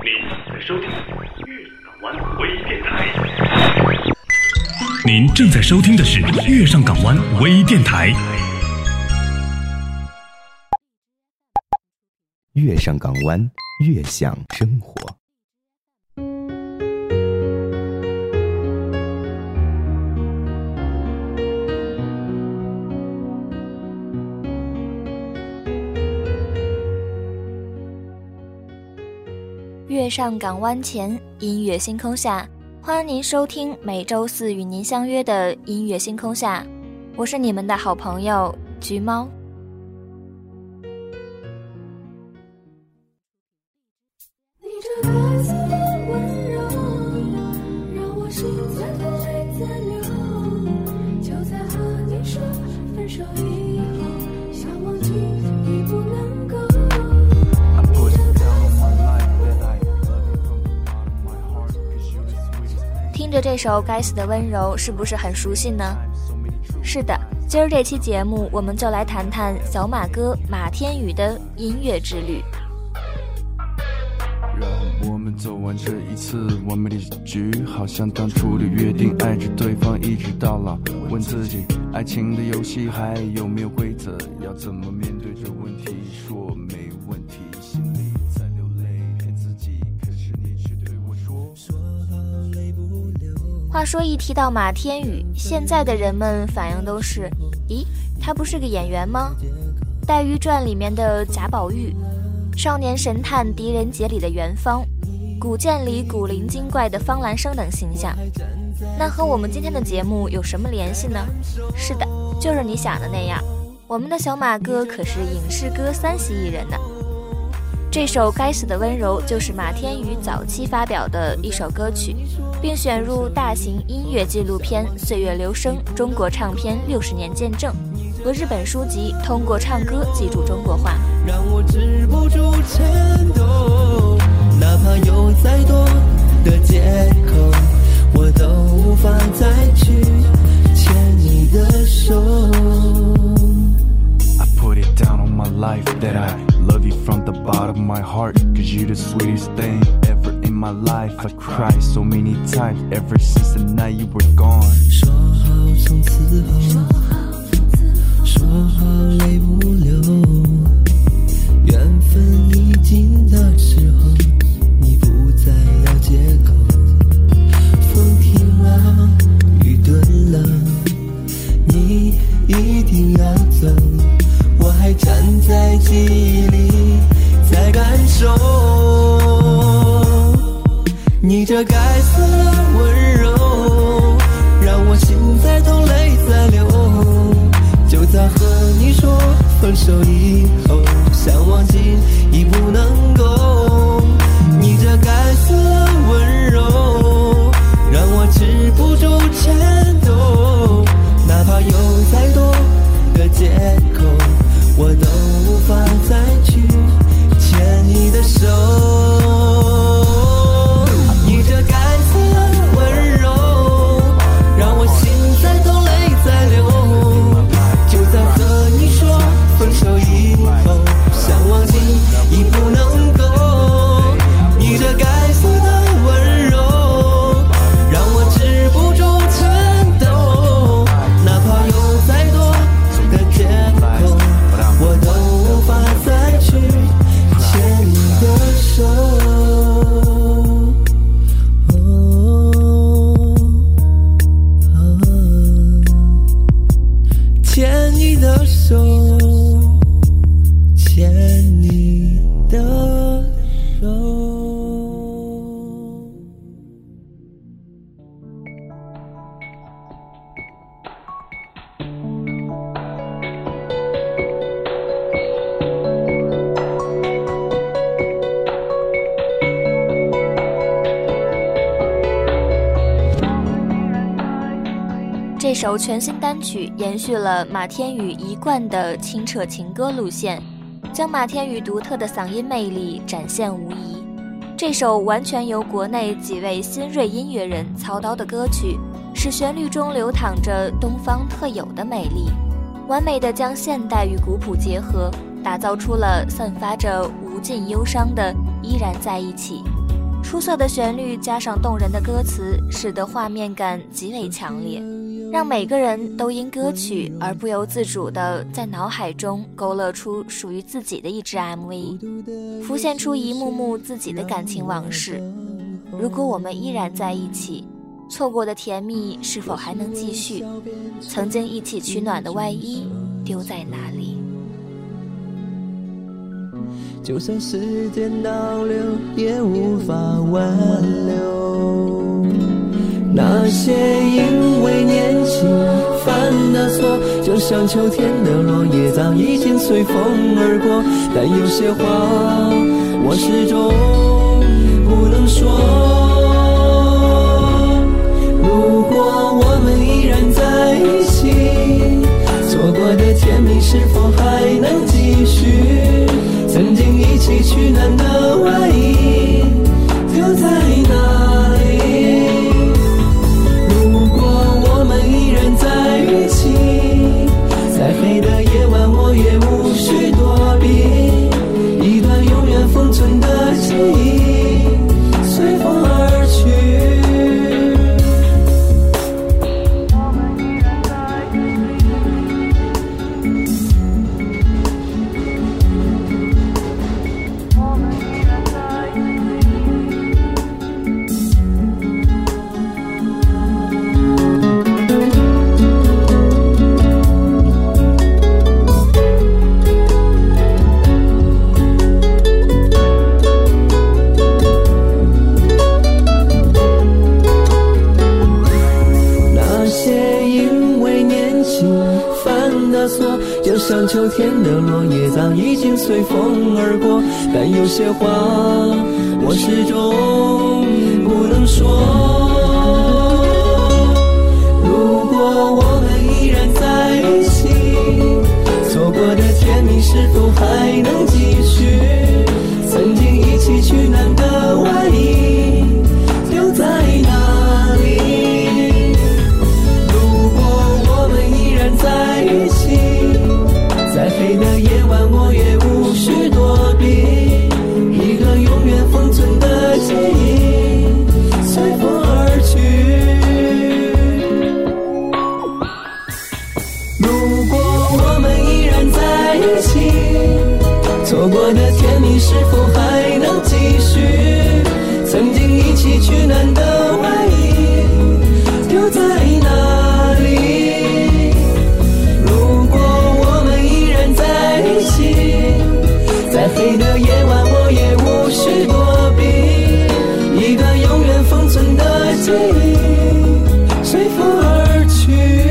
您正在收听的是月上港湾微电台。 月上港湾，悦享生活。 月上港湾前，音乐星空下，欢迎您收听每周四与您相约的音乐星空下，我是你们的好朋友橘猫。听着这首该死的温柔，是不是很熟悉呢？是的，今儿这期节目我们就来谈谈小马哥马天宇的音乐之旅。 让我们走完这一次完美的结局，好像当初的约定，爱着对方一直到老。问自己，爱情的游戏还有没有规则？要怎么面对这问题？说没问题，心里在流泪，骗自己，可是你却对我说好累不留。 话说一提到马天宇，现在的人们反应都是，咦，他不是个演员吗？黛玉传里面的贾宝玉，少年神探狄仁杰里的元芳，古剑里古灵精怪的方兰生等形象。那和我们今天的节目有什么联系呢？是的，就是你想的那样，我们的小马哥可是影视歌3栖艺人呢。这首该死的温柔就是马天宇早期发表的一首歌曲，并选入大型音乐纪录片《岁月流声：中国唱片60年见证》和日本书籍《通过唱歌记住中国话》。 让我止不住颤抖，哪怕有再多的借口，我都无法再去牵你的手。 I put it down on my life that I love you from the bottom of my heart, cause you're the sweetest thing ever in my life. I cried so many times ever since the night you were gone. 说好从此后，说好泪不流，缘分已尽的时候，你不再要借口。风停了，雨顿了，你一定要走，我还站在记忆里，在感受你这该死的温柔，让我心在痛，泪在流。就在和你说分手以后，想忘记已不能够。你这该死的温柔，让我止不住颤抖，哪怕有再多的借口，我都无法再去牵你的手。你这该死的温柔，让我心在痛，泪在流。就在和你说分手以后，想忘记已不能够。你这该死的温柔，让我止不住颤抖，哪怕有再多的借口，我都无法再去牵你的手。牵你的手，牵你的手。 这首全新单曲延续了马天宇一贯的清澈情歌路线，将马天宇独特的嗓音魅力展现无疑。这首完全由国内几位新锐音乐人操刀的歌曲，使旋律中流淌着东方特有的美丽，完美地将现代与古朴结合，打造出了散发着无尽忧伤的依然在一起。 出色的旋律加上动人的歌词，使得画面感极为强烈，让每个人都因歌曲而不由自主地在脑海中勾勒出属于自己的一支 MV， 浮现出一幕幕自己的感情往事。如果我们依然在一起，错过的甜蜜是否还能继续？曾经一起取暖的外衣丢在哪里？ 就算时间倒流，也无法挽留那些因为年轻犯的错，就像秋天的落叶，早已经随风而过。但有些话我始终不能说。如果我们依然在一起，错过的甜蜜是否还能继续？曾经一起取暖的外衣丢在哪里？如果我们依然在一起，再黑的夜晚我也无需躲避，一段永远封存的记忆随风而去。就像秋天的落叶，早已经随风而过。但有些话我始终不能说。如果我们依然在一起，错过的甜蜜是否还能继续？曾经一起取暖的外衣丢在哪里？如果我们依然在一起，再黑的夜晚我也无需躲避，一段永远封存的记忆随风而去。如果我们依然在一起，错过的甜蜜是否还能继续？曾经一起取暖的外衣丢在哪里？再黑的夜晚我也无需躲避，一段永远封存的记忆随风而去。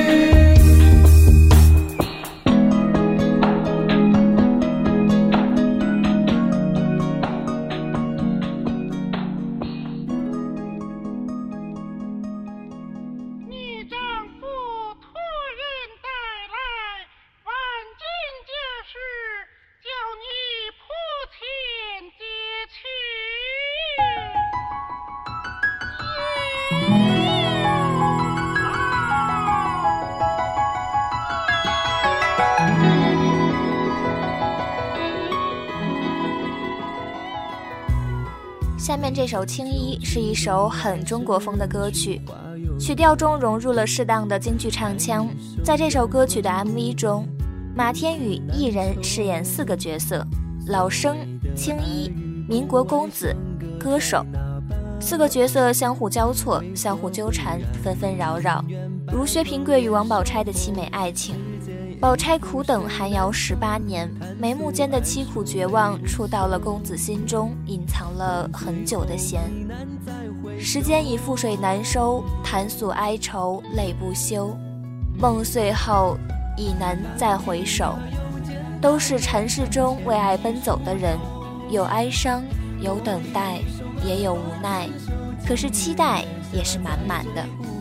下面这首《青衣》是一首很中国风的歌曲，曲调中融入了适当的京剧唱腔。在这首歌曲的 MV 中，马天宇一人饰演4个角色：老生、青衣、民国公子、歌手。4个角色相互交错，相互纠缠，纷纷扰扰，如薛平贵与王宝钗的凄美爱情。宝钗苦等寒窑18年，眉目间的凄苦绝望触到了公子心中隐藏了很久的弦。时间已覆水难收，谈诉哀愁泪不休，梦碎后已难再回首。都是尘世中为爱奔走的人，有哀伤，有等待，也有无奈，可是期待也是满满的。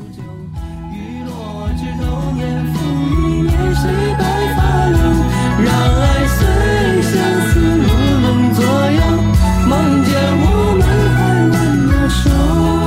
谁白发流，让爱随相思如梦左右，梦见我们还挽着手。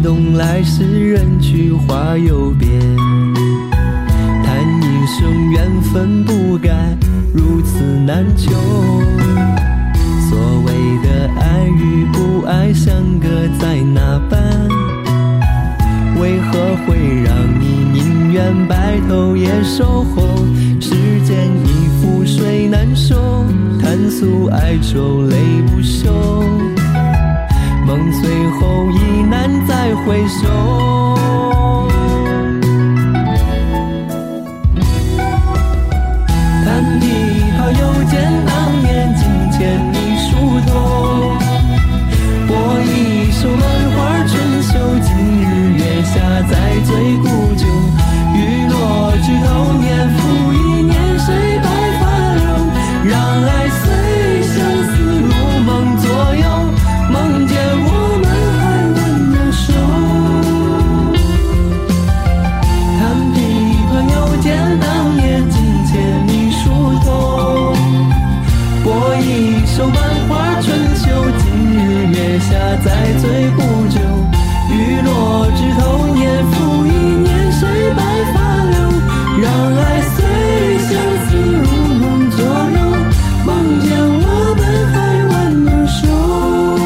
动来时人去花又变，叹一生缘分不该如此难求。所谓的爱与不爱相隔在哪般，为何会让你宁愿白头也守候？时间已覆水难收，叹诉哀愁泪不休，梦碎后已难再回首。弹琵琶又见当年金钱你梳头，拨一首兰花春秋，今日月下再醉古酒。雨落枝头年复一年，谁白发留？让爱随相思如梦左右，梦见我们还挽着手。弹琵琶又见当年金钱你梳头，拨一首万花春秋，今日月下再醉古酒。雨落枝头年复一年，谁白发留？让爱随相思如梦左右，梦见我们还挽着手。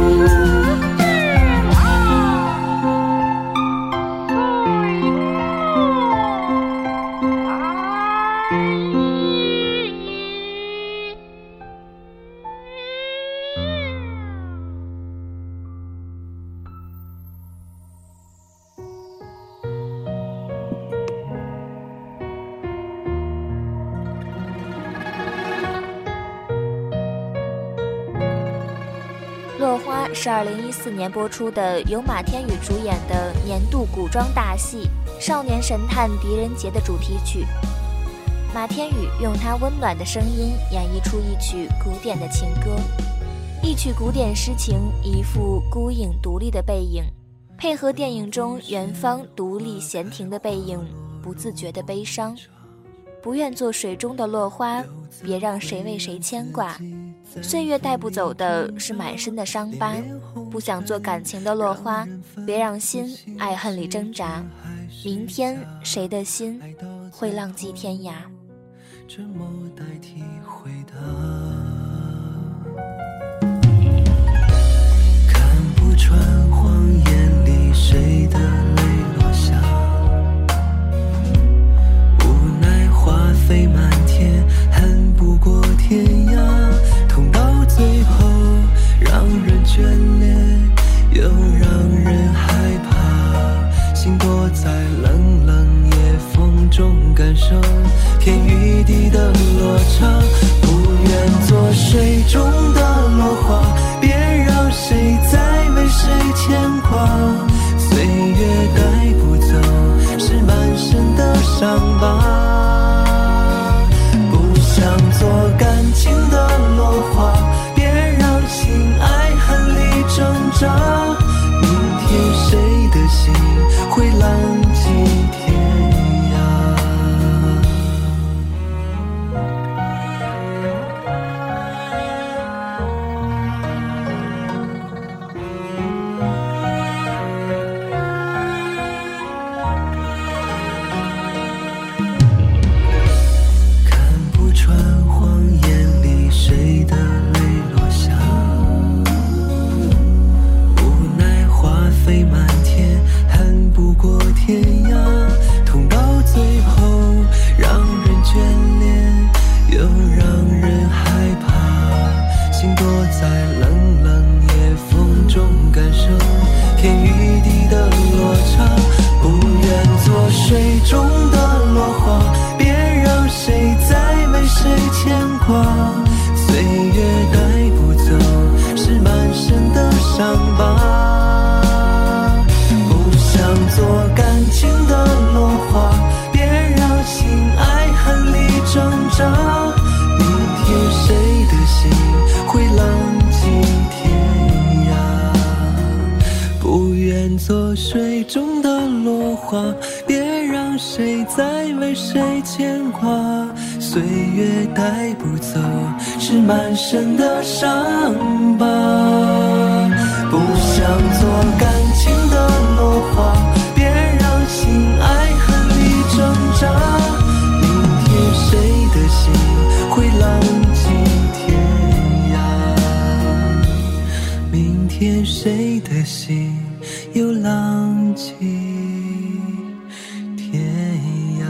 落花是2014年播出的由马天宇主演的年度古装大戏《少年神探狄仁杰》的主题曲。马天宇用他温暖的声音演绎出一曲古典的情歌，一曲古典诗情，一副孤影独立的背影，配合电影中元芳独立闲庭的背影，不自觉的悲伤。不愿做水中的落花，别让谁为谁牵挂。岁月带不走的是满身的伤疤，不想做感情的落花，别让心爱恨里挣扎。明天谁的心会浪迹天涯？ 沉默代替回答，看不穿谎言里谁的泪落下，无奈花飞满天，恨不过天涯。痛到最后让人眷恋，又让人害怕，心躲在冷冷夜风中感受天与地的落差。不愿做水中的落花，别让谁再为谁牵挂。岁月带不走是满身的伤疤，不想做感情的落花，别让心爱恨里挣扎。明天谁的心会浪迹天涯？做水中的落花，别让谁再为谁牵挂。岁月带不走是满身的伤疤，不想做感情的落明天谁的心又浪迹天涯。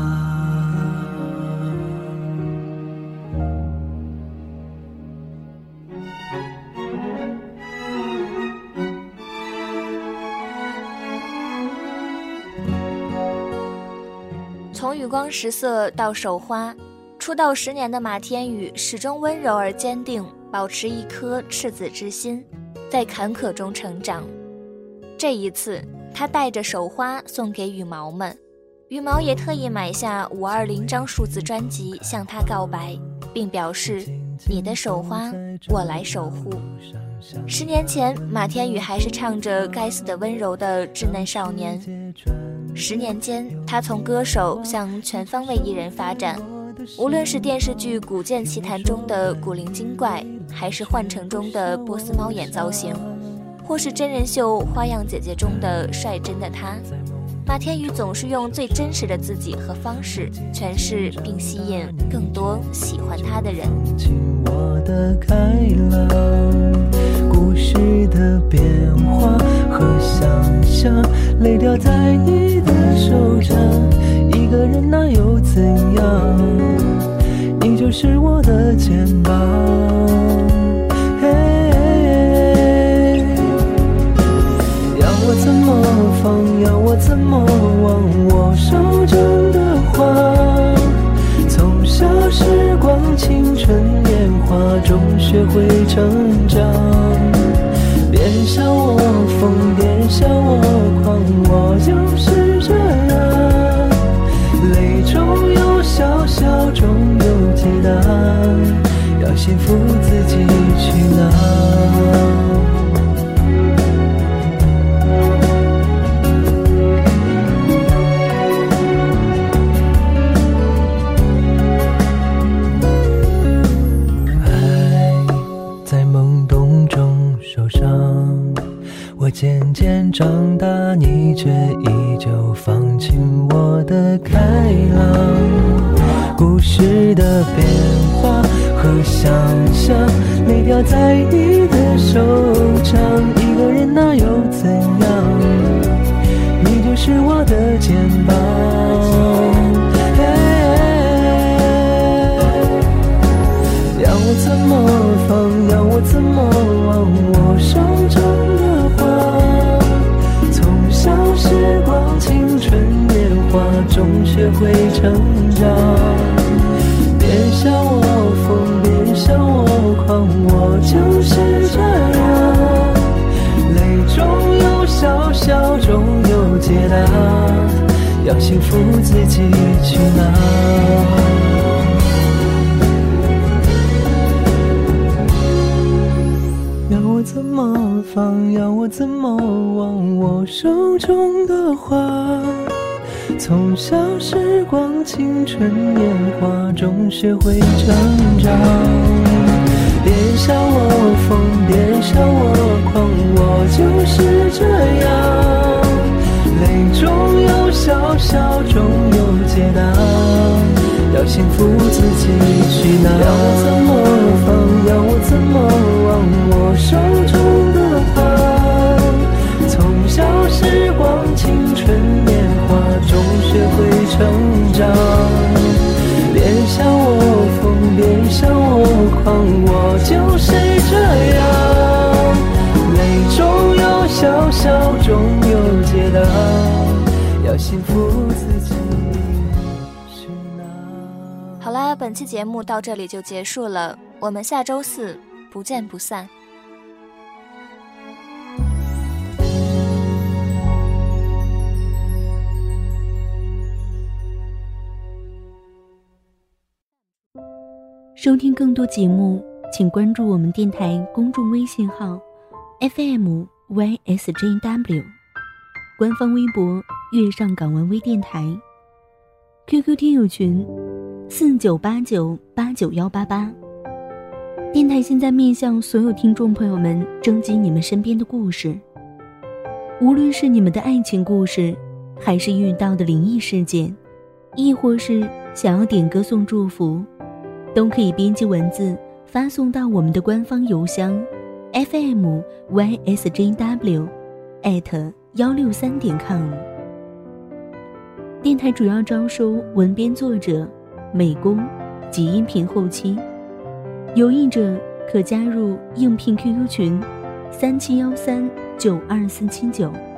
从雨光十色到手花，出道10年的马天宇始终温柔而坚定，保持一颗赤子之心，在坎坷中成长。这一次他带着手花送给羽毛们，羽毛也特意买下520张数字专辑向他告白，并表示你的手花我来守护。10年前马天宇还是唱着该死的温柔的稚嫩少年，10年间他从歌手向全方位艺人发展，无论是电视剧《古剑奇谭》中的古灵精怪，还是幻城中的波斯猫眼造型，或是真人秀《花样姐姐》中的率真的他，马天宇总是用最真实的自己和方式诠释并吸引更多喜欢他的人。 我的开朗，故事的变化和想象，泪掉在你的手掌，一个人那又怎样，你就是我的肩膀。要我怎么放，要我怎么忘我手中的花，从小时光青春年华中学会成长，别笑我疯，别笑我狂，我就是这样，泪中有笑，笑中有解答，要幸福自己去拿。渐渐长大，你却依旧放轻我的开朗，故事的变化和想象，泪掉在你的手掌，一个人那又怎样，你就是我的肩膀。要我怎么放，要我怎么忘我手中的花，从小时光青春年华中学会成长，别笑我疯，别笑我狂，我就是这样，泪中有笑，笑中有解答，要幸福自己去拿。要我怎么放，要我怎么忘我手中的花，从小时光青春年华中学会成长，别笑我疯，别笑我狂，我就是这样，泪中有笑，笑中有解答，要幸福自己去拿。要我怎么放，要我怎么忘我手中的花，从小时光青春年华中学会成长，别笑我疯，别笑我狂，我就是这样，泪中有笑，笑中有解答，要幸福自己。 好啦，本期节目到这里就结束了，我们下周4不见不散。 收听更多节目，请关注我们电台公众微信号 FMYSJW， 官方微博月上港湾微电台， QQ 听友群49898988。电台现在面向所有听众朋友们征集你们身边的故事，无论是你们的爱情故事，还是遇到的灵异事件，亦或是想要点歌送祝福，都可以编辑文字发送到我们的官方邮箱 fmysjw@163.com。电台主要招收文编作者、美工及音频后期，有意者可加入应聘 QQ 群3713924779。